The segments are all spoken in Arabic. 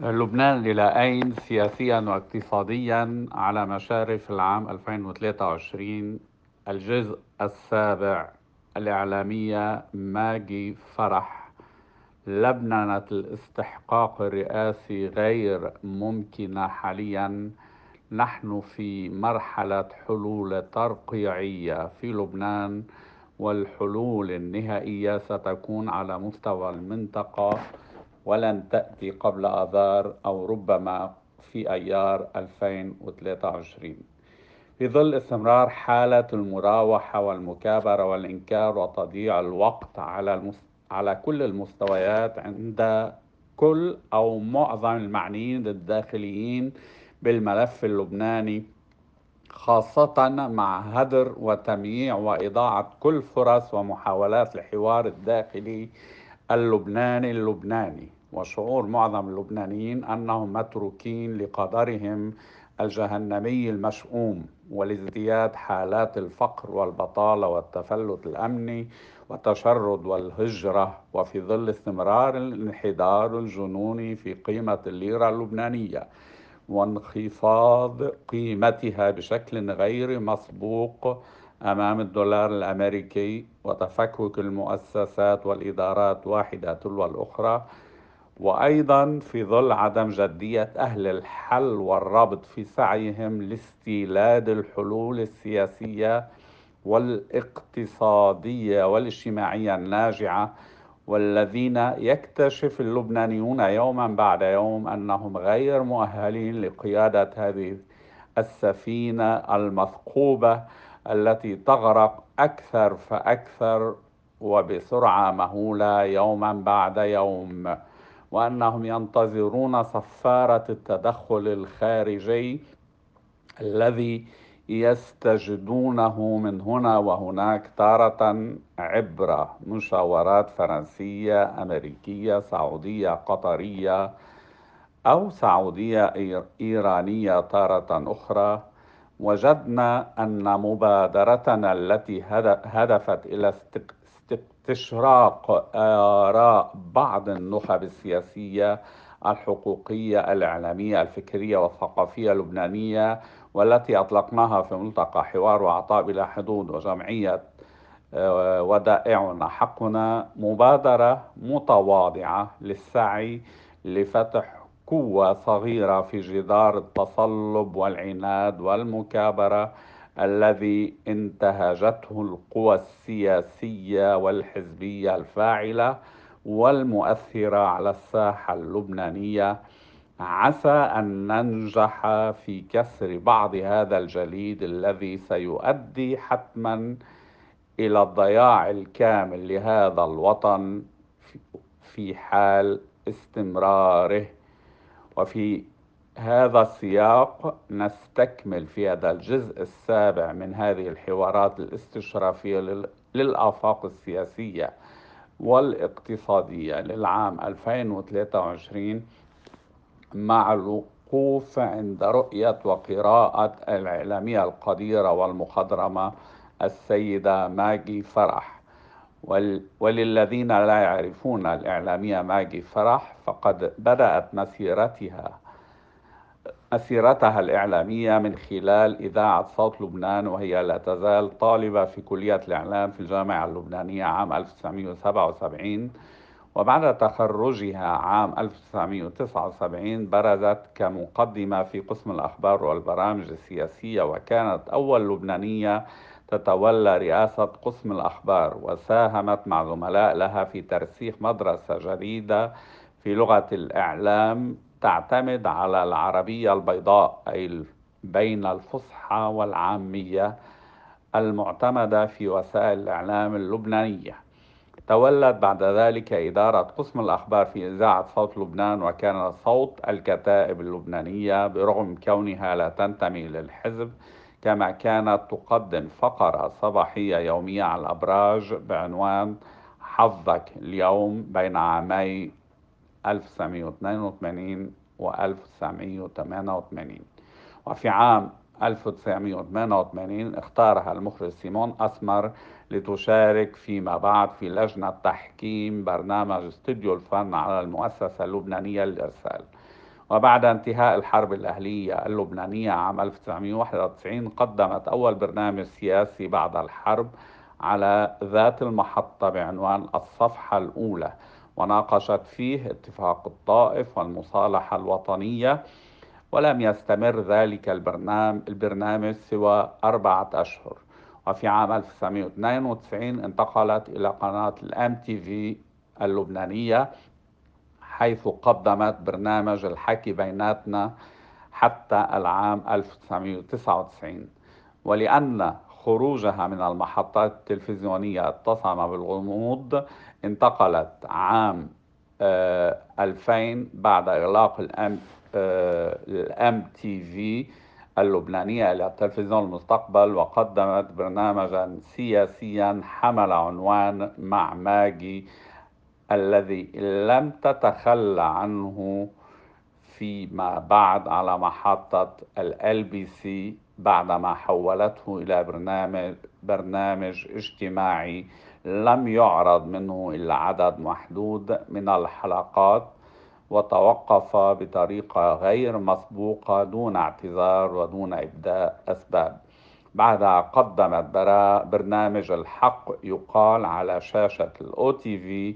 لبنان إلى أين سياسيا واقتصاديا على مشارف العام 2023؟ الجزء السابع. الإعلامية ماجي فرح: لبنة الاستحقاق الرئاسي غير ممكنة حاليا. نحن في مرحلة حلول ترقيعية في لبنان، والحلول النهائية ستكون على مستوى المنطقة ولن تأتي قبل آذار أو ربما في أيار 2023. في ظل استمرار حالة المراوحة والمكابرة والإنكار وتضييع الوقت على كل المستويات عند كل أو معظم المعنيين الداخليين بالملف اللبناني، خاصة مع هدر وتمييع وإضاعة كل فرص ومحاولات الحوار الداخلي اللبناني، وشعور معظم اللبنانيين أنهم متروكين لقدرهم الجهنمي المشؤوم، ولازدياد حالات الفقر والبطالة والتفلت الأمني والتشرد والهجرة، وفي ظل استمرار الانحدار الجنوني في قيمة الليرة اللبنانية وانخفاض قيمتها بشكل غير مسبوق أمام الدولار الأمريكي، وتفكك المؤسسات والإدارات واحدة تلو الأخرى، وأيضا في ظل عدم جدية أهل الحل والربط في سعيهم لاستيلاد الحلول السياسية والاقتصادية والاجتماعية الناجعة، والذين يكتشف اللبنانيون يوما بعد يوم أنهم غير مؤهلين لقيادة هذه السفينة المثقوبة التي تغرق أكثر فأكثر وبسرعة مهولة يوما بعد يوم، وأنهم ينتظرون صفارة التدخل الخارجي الذي يستجدونه من هنا وهناك، تارة عبر مشاورات فرنسية أمريكية سعودية قطرية أو سعودية إيرانية تارة أخرى. وجدنا أن مبادرتنا التي هدفت إلى استشراق آراء بعض النخب السياسية الحقوقية الإعلامية الفكرية والثقافية اللبنانية، والتي أطلقناها في ملتقى حوار وعطاء بلا حدود وجمعية ودائعنا حقنا، مبادرة متواضعة للسعي لفتح قوة صغيرة في جدار التصلب والعناد والمكابرة الذي انتهجته القوى السياسية والحزبية الفاعلة والمؤثرة على الساحة اللبنانية، عسى أن ننجح في كسر بعض هذا الجليد الذي سيؤدي حتما إلى الضياع الكامل لهذا الوطن في حال استمراره. وفي هذا السياق نستكمل في هذا الجزء السابع من هذه الحوارات الاستشرافية للآفاق السياسية والاقتصادية للعام 2023 مع الوقوف عند رؤية وقراءة الإعلامية القديرة والمخضرمة السيدة ماجي فرح. وللذين لا يعرفون الإعلامية ماجي فرح، فقد بدأت مسيرتها الإعلامية من خلال إذاعة صوت لبنان، وهي لا تزال طالبة في كلية الإعلام في الجامعة اللبنانية عام 1977. وبعد تخرجها عام 1979 برزت كمقدمة في قسم الأخبار والبرامج السياسية، وكانت أول لبنانية تتولى رئاسة قسم الأخبار، وساهمت مع زملاء لها في ترسيخ مدرسة جديدة في لغة الإعلام تعتمد على العربية البيضاء، أي بين الفصحى والعامية، المعتمدة في وسائل الإعلام اللبنانية. تولت بعد ذلك إدارة قسم الأخبار في إذاعة صوت لبنان، وكان صوت الكتائب اللبنانية برغم كونها لا تنتمي للحزب، كما كانت تقدم فقرة صباحية يومية على الأبراج بعنوان حظك اليوم بين عامي 1982 و 1988. وفي عام 1988 اختارها المخرج سيمون أسمر لتشارك فيما بعد في لجنة تحكيم برنامج استوديو الفن على المؤسسة اللبنانية للإرسال. وبعد انتهاء الحرب الأهلية اللبنانية عام 1991 قدمت أول برنامج سياسي بعد الحرب على ذات المحطة بعنوان الصفحة الأولى، وناقشت فيه اتفاق الطائف والمصالحة الوطنية. ولم يستمر ذلك البرنامج سوى 4 أشهر، وفي عام 1992 انتقلت إلى قناة الام تي في اللبنانية، حيث قدمت برنامج الحكي بيناتنا حتى العام 1999. ولأن خروجها من المحطات التلفزيونية اتسم بالغموض، انتقلت عام 2000 بعد إغلاق الام تي في اللبنانية إلى تلفزيون المستقبل، وقدمت برنامجا سياسيا حمل عنوان مع ماجي، الذي لم تتخلى عنه فيما بعد على محطة ال بي سي بعدما حولته إلى برنامج اجتماعي لم يعرض منه إلا عدد محدود من الحلقات، وتوقف بطريقة غير مسبوقة دون اعتذار ودون إبداء أسباب. بعدها قدمت برنامج الحق يقال على شاشة الأو تي في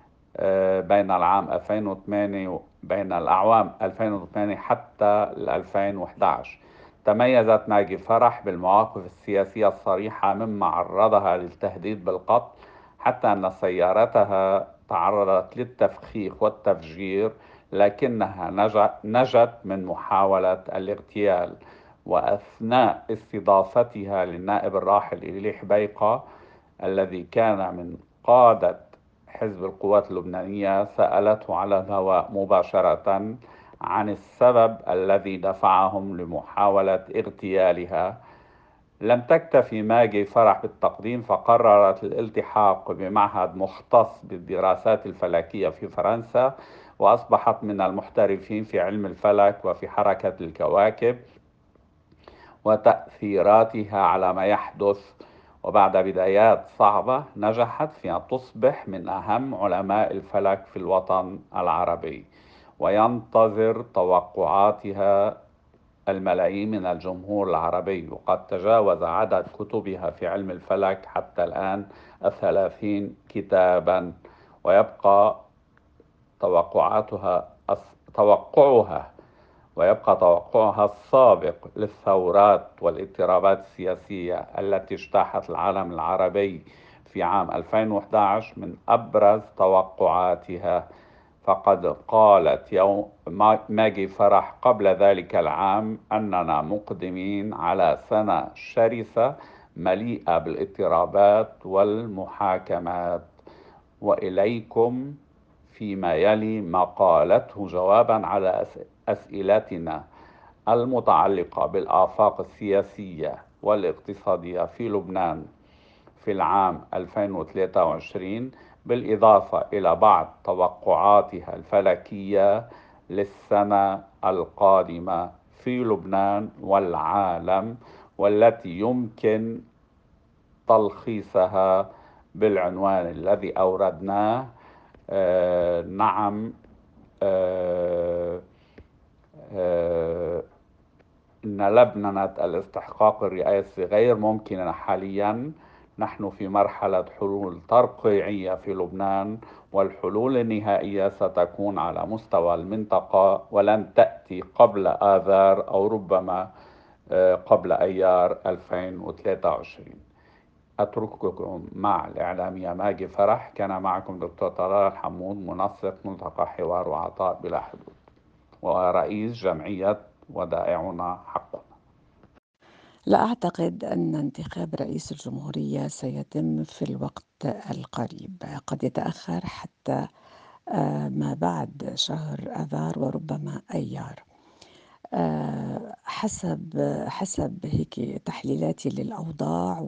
بين الأعوام 2008 حتى 2011. تميزت ماجي فرح بالمواقف السياسية الصريحة، مما عرضها للتهديد بالقتل، حتى أن سيارتها تعرضت للتفخيخ والتفجير، لكنها نجت من محاولة الاغتيال. وأثناء استضافتها للنائب الراحل إلي حبيقة الذي كان من قادة حزب القوات اللبنانية، سألته على الهواء مباشرة عن السبب الذي دفعهم لمحاولة اغتيالها. لم تكتفي ماجي فرح بالتقديم، فقررت الالتحاق بمعهد مختص بالدراسات الفلكية في فرنسا، وأصبحت من المحترفين في علم الفلك وفي حركة الكواكب وتأثيراتها على ما يحدث. وبعد بدايات صعبة نجحت في أن تصبح من أهم علماء الفلك في الوطن العربي، وينتظر توقعاتها الملايين من الجمهور العربي. وقد تجاوز عدد كتبها في علم الفلك حتى الآن 30 كتابا، ويبقى توقعاتها توقعها ويبقى توقعها السابق للثورات والاضطرابات السياسية التي اجتاحت العالم العربي في عام 2011 من أبرز توقعاتها. فقد قالت ماجي فرح قبل ذلك العام أننا مقدمين على سنة شرسة مليئة بالاضطرابات والمحاكمات. وإليكم فيما يلي ما قالته جوابا على أسئلتنا المتعلقة بالآفاق السياسية والاقتصادية في لبنان في العام 2023، بالإضافة إلى بعض توقعاتها الفلكية للسنة القادمة في لبنان والعالم، والتي يمكن تلخيصها بالعنوان الذي أوردناه. نعم. آه آه إن لبنة الاستحقاق الرئاسي غير ممكنة حاليا. نحن في مرحلة حلول ترقيعية في لبنان، والحلول النهائية ستكون على مستوى المنطقة ولن تأتي قبل آذار أو ربما قبل أيار 2023. أترككم مع الإعلامية ماجي فرح. كان معكم دكتور طلال حمود، منسق ملتقى حوار وعطاء بلا حدود، ورئيس جمعية ودائعنا حقنا. لا أعتقد أن انتخاب رئيس الجمهورية سيتم في الوقت القريب، قد يتأخر حتى ما بعد شهر آذار وربما أيار. حسب هيك تحليلاتي للأوضاع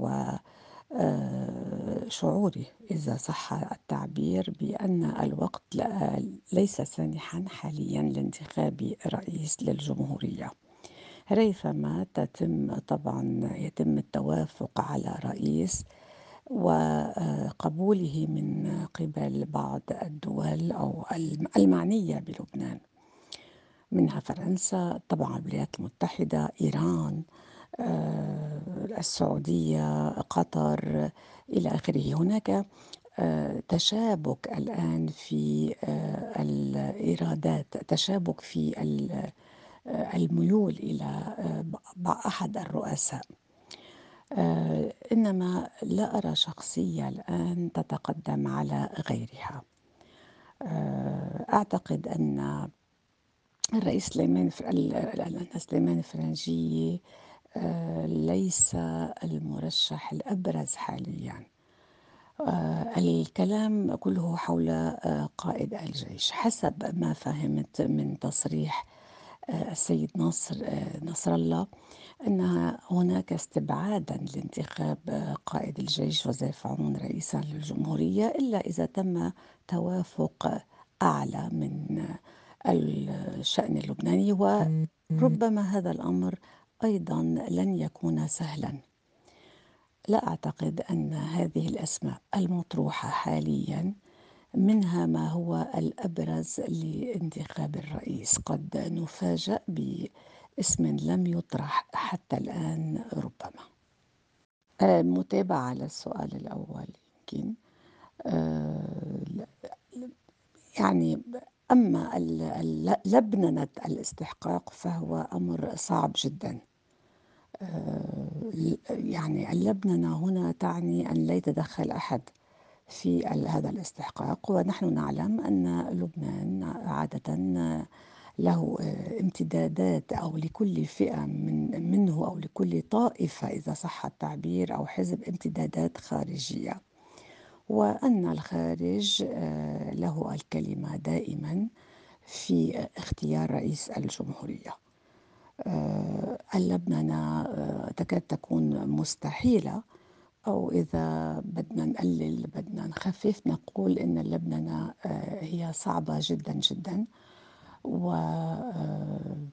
وشعوري إذا صح التعبير بأن الوقت ليس سانحا حاليا لانتخاب رئيس للجمهورية، ريثما يتم التوافق على رئيس وقبوله من قبل بعض الدول أو المعنية بلبنان. منها فرنسا، طبعا الولايات المتحدة، إيران، السعودية، قطر، إلى آخره. هناك تشابك الآن في الإيرادات، تشابك في الميول إلى أحد الرؤساء. إنما لا أرى شخصية الآن تتقدم على غيرها. أعتقد أن الرئيس سليمان الفرنجي ليس المرشح الأبرز حاليا. الكلام كله حول قائد الجيش، حسب ما فهمت من تصريح السيد نصر الله، أن هناك استبعادا لانتخاب قائد الجيش جوزيف عون رئيسا للجمهورية إلا إذا تم توافق أعلى من الشأن اللبناني، وربما هذا الأمر أيضا لن يكون سهلا. لا أعتقد أن هذه الأسماء المطروحة حاليا منها ما هو الأبرز لانتخاب الرئيس. قد نفاجأ باسم لم يطرح حتى الآن ربما. متابعة للسؤال الأول يمكن. يعني أما لبننة الاستحقاق فهو أمر صعب جدا. يعني اللبننة هنا تعني أن لا يتدخل أحد في هذا الاستحقاق، ونحن نعلم أن لبنان عادة له امتدادات، أو لكل فئة منه أو لكل طائفة إذا صح التعبير أو حزب، امتدادات خارجية، وأن الخارج له الكلمة دائما في اختيار رئيس الجمهورية. اللبنة تكاد تكون مستحيلة، أو إذا بدنا نقلل بدنا نخفف نقول إن اللبنة هي صعبة جدا جدا. وإذا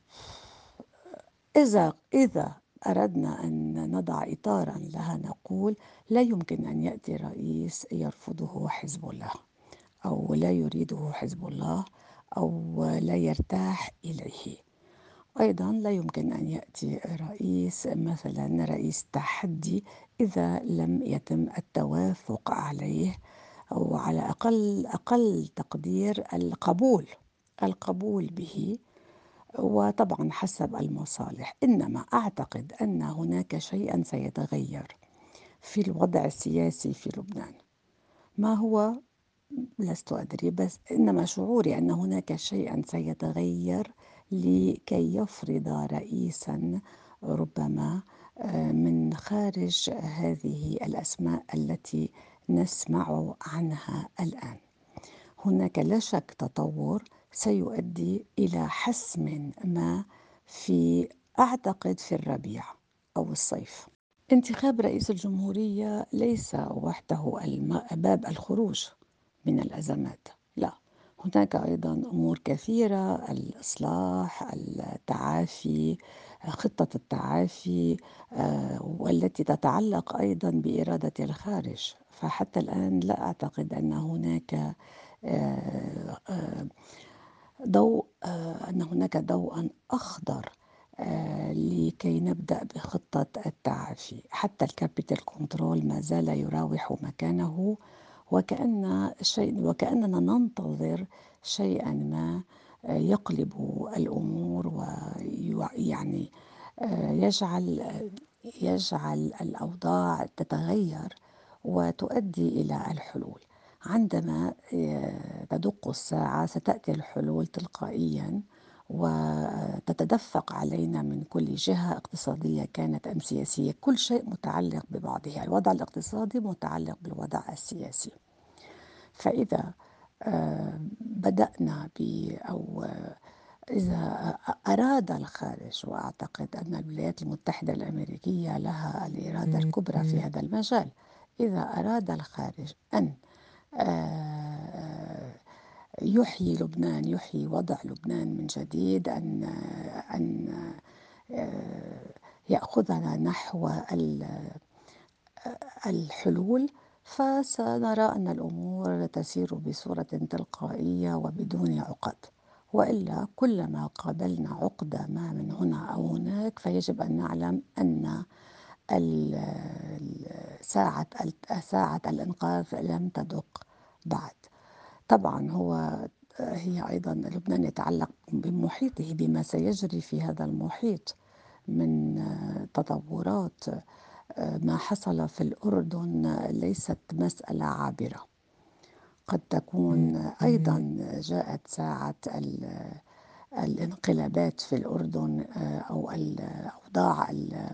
أردنا أن نضع إطارا لها نقول لا يمكن أن يأتي رئيس يرفضه حزب الله، أو لا يريده حزب الله، أو لا يرتاح إليه. أيضا لا يمكن أن يأتي رئيس مثلا رئيس تحدي إذا لم يتم التوافق عليه، أو على أقل تقدير القبول به، وطبعا حسب المصالح. إنما أعتقد أن هناك شيئا سيتغير في الوضع السياسي في لبنان. ما هو؟ لست أدري، بس إنما شعوري أن هناك شيئا سيتغير لكي يفرض رئيسا ربما من خارج هذه الأسماء التي نسمع عنها الآن. هناك لا شك تطور سيؤدي إلى حسم ما في، أعتقد في الربيع أو الصيف. انتخاب رئيس الجمهورية ليس وحده باب الخروج من الأزمات، لا، هناك أيضا أمور كثيرة: الإصلاح، التعافي، خطة التعافي، والتي تتعلق أيضا بإرادة الخارج. فحتى الآن لا أعتقد أن هناك آه، آه، أن هناك ضوءا أخضر لكي نبدأ بخطة التعافي. حتى الكابيتال كنترول ما زال يراوح مكانه، وكأننا ننتظر شيئا ما يقلب الأمور، ويعني يجعل الأوضاع تتغير وتؤدي إلى الحلول. عندما تدق الساعة ستأتي الحلول تلقائيا، وتتدفق علينا من كل جهة، اقتصادية كانت أم سياسية. كل شيء متعلق ببعضه، الوضع الاقتصادي متعلق بالوضع السياسي. فإذا بدأنا أو إذا أراد الخارج، وأعتقد أن الولايات المتحدة الأمريكية لها الإرادة الكبرى في هذا المجال، إذا أراد الخارج أن آه، يحيي لبنان، يحيي وضع لبنان من جديد، أن يأخذنا نحو الحلول، فسنرى أن الأمور تسير بصورة تلقائية وبدون عقد. وإلا كلما قابلنا عقدة ما من هنا أو هناك فيجب أن نعلم أن ساعة الإنقاذ لم تدق بعد. طبعا هي أيضا لبنان يتعلق بمحيطه، بما سيجري في هذا المحيط من تطورات. ما حصل في الأردن ليست مسألة عابرة، قد تكون أيضا جاءت ساعة الانقلابات في الأردن، أو الأوضاع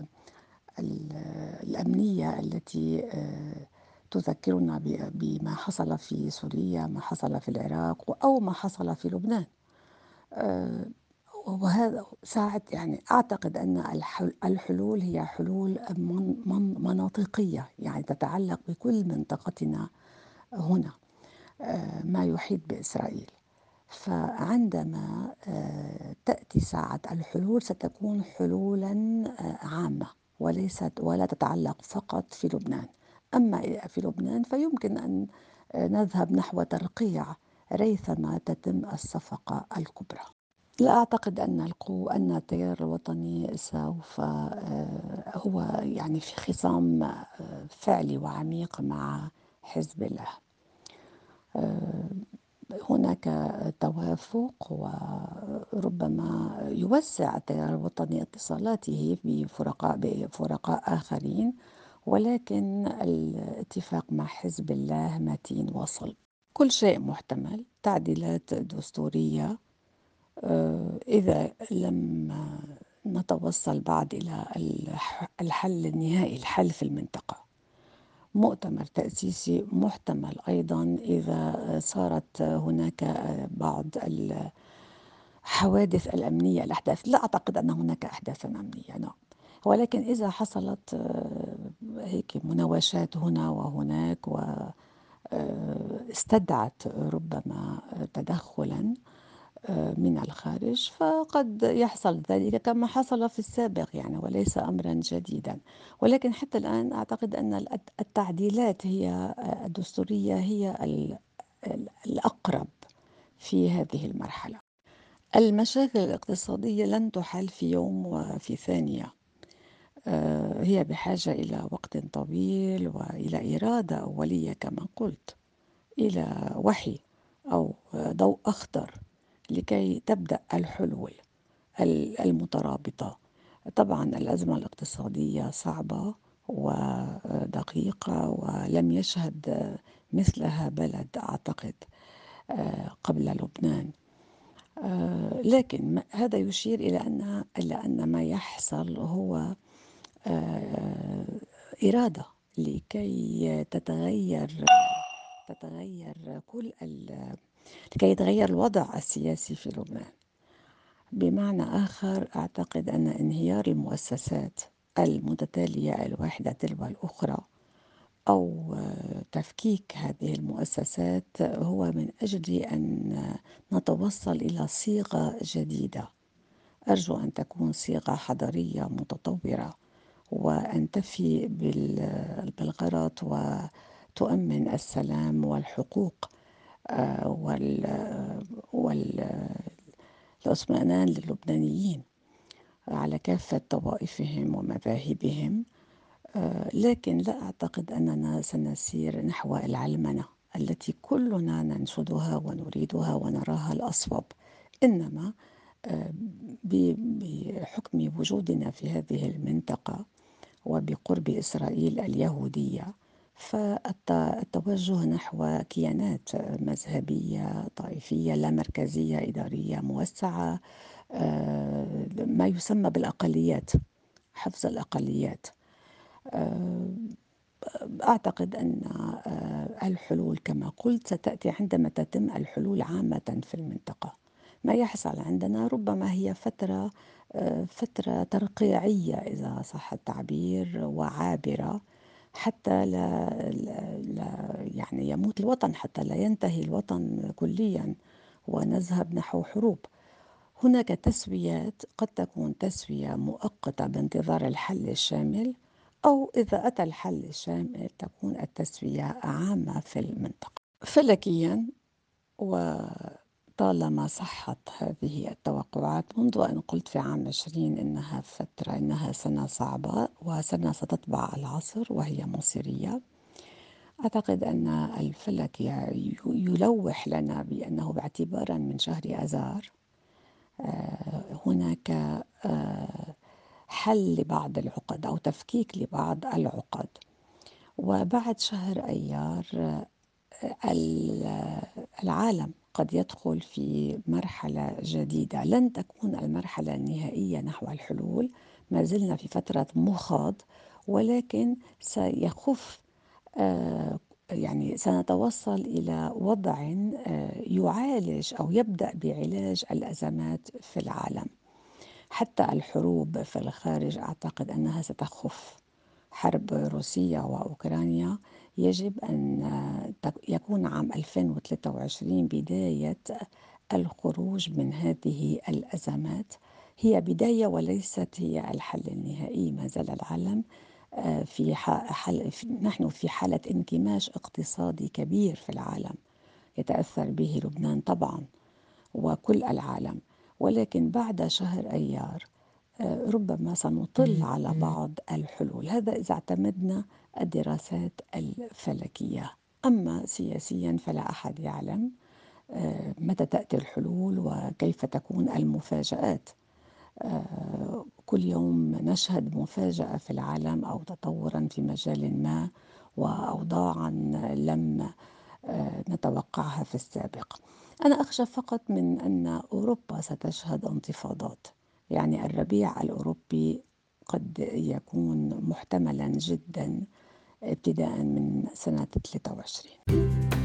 الأمنية التي تذكرنا بما حصل في سوريا، ما حصل في العراق، أو ما حصل في لبنان. آه، وهذا ساعة، يعني أعتقد أن الحلول هي حلول مناطقية، يعني تتعلق بكل منطقتنا هنا، ما يحيط بإسرائيل. فعندما تأتي ساعة الحلول ستكون حلولا عامة، ولا تتعلق فقط في لبنان. أما في لبنان فيمكن أن نذهب نحو ترقيع ريثما تتم الصفقة الكبرى. لا أعتقد أن التيار الوطني سوف هو يعني في خصام فعلي وعميق مع حزب الله. هناك توافق، وربما يوسع التيار الوطني اتصالاته بفرقاء آخرين، ولكن الاتفاق مع حزب الله متين وصلب. كل شيء محتمل، تعديلات دستورية، إذا لم نتوصل بعد إلى الحل النهائي، الحل في المنطقة. مؤتمر تأسيسي محتمل أيضا إذا صارت هناك بعض الحوادث الأمنية، الأحداث. لا أعتقد أن هناك أحداث أمنية، نعم، ولكن إذا حصلت هيك مناوشات هنا وهناك واستدعت ربما تدخلا من الخارج، فقد يحصل ذلك كما حصل في السابق، يعني وليس أمرا جديدا. ولكن حتى الآن أعتقد أن التعديلات هي الدستورية هي الأقرب في هذه المرحلة. المشاكل الاقتصادية لن تحل في يوم وفي ثانية، هي بحاجة إلى وقت طويل وإلى إرادة أولية كما قلت، إلى وحي أو ضوء أخضر لكي تبدأ الحلول المترابطة. طبعا الأزمة الاقتصادية صعبة ودقيقة، ولم يشهد مثلها بلد أعتقد قبل لبنان. لكن هذا يشير إلى أن ما يحصل هو آه، إرادة لكي تتغير لكي يتغير الوضع السياسي في لبنان. بمعنى آخر، أعتقد أن انهيار المؤسسات المتتالية الواحدة تلو الأخرى، أو تفكيك هذه المؤسسات، هو من أجل أن نتوصل إلى صيغة جديدة. أرجو أن تكون صيغة حضارية متطورة، وأن تفي بالغرض وتؤمن السلام والحقوق والاطمئنان للبنانيين على كافة طوائفهم ومذاهبهم. لكن لا أعتقد أننا سنسير نحو العلمنة التي كلنا ننشدها ونريدها ونراها الأصوب، إنما بحكم وجودنا في هذه المنطقة وبقرب إسرائيل اليهودية، فالتوجه نحو كيانات مذهبية طائفية لا مركزية إدارية موسعة، ما يسمى بالأقليات، حفظ الأقليات. أعتقد أن الحلول كما قلت ستأتي عندما تتم الحلول عامة في المنطقة. ما يحصل عندنا ربما هي فترة ترقيعية إذا صح التعبير، وعابرة، حتى لا يعني يموت الوطن، حتى لا ينتهي الوطن كليا ونذهب نحو حروب. هناك تسويات، قد تكون تسوية مؤقتة بانتظار الحل الشامل، أو إذا أتى الحل الشامل تكون التسوية عامة في المنطقة. فلكيا وبالتالي طالما صحت هذه التوقعات منذ أن قلت في عام 20 إنها سنة صعبة وسنة ستطبع العصر وهي مصيرية. أعتقد أن الفلك يلوح لنا بأنه باعتبارا من شهر آذار هناك حل لبعض العقد أو تفكيك لبعض العقد. وبعد شهر أيار العالم قد يدخل في مرحلة جديدة، لن تكون المرحلة النهائية نحو الحلول، ما زلنا في فترة مخاض، ولكن سيخف يعني سنتوصل إلى وضع يعالج أو يبدأ بعلاج الأزمات في العالم. حتى الحروب في الخارج أعتقد أنها ستخف. حرب روسيا وأوكرانيا يجب أن يكون عام 2023 بداية الخروج من هذه الأزمات. هي بداية وليست هي الحل النهائي. ما زال العالم نحن في حالة انكماش اقتصادي كبير في العالم، يتأثر به لبنان طبعا وكل العالم، ولكن بعد شهر أيار ربما سنطل على بعض الحلول. هذا إذا اعتمدنا الدراسات الفلكية. أما سياسيا فلا أحد يعلم متى تأتي الحلول وكيف تكون المفاجآت. كل يوم نشهد مفاجأة في العالم أو تطورا في مجال ما وأوضاعا لم نتوقعها في السابق. أنا أخشى فقط من أن أوروبا ستشهد انتفاضات، يعني الربيع الأوروبي قد يكون محتملا جدا ابتداء من سنة 23.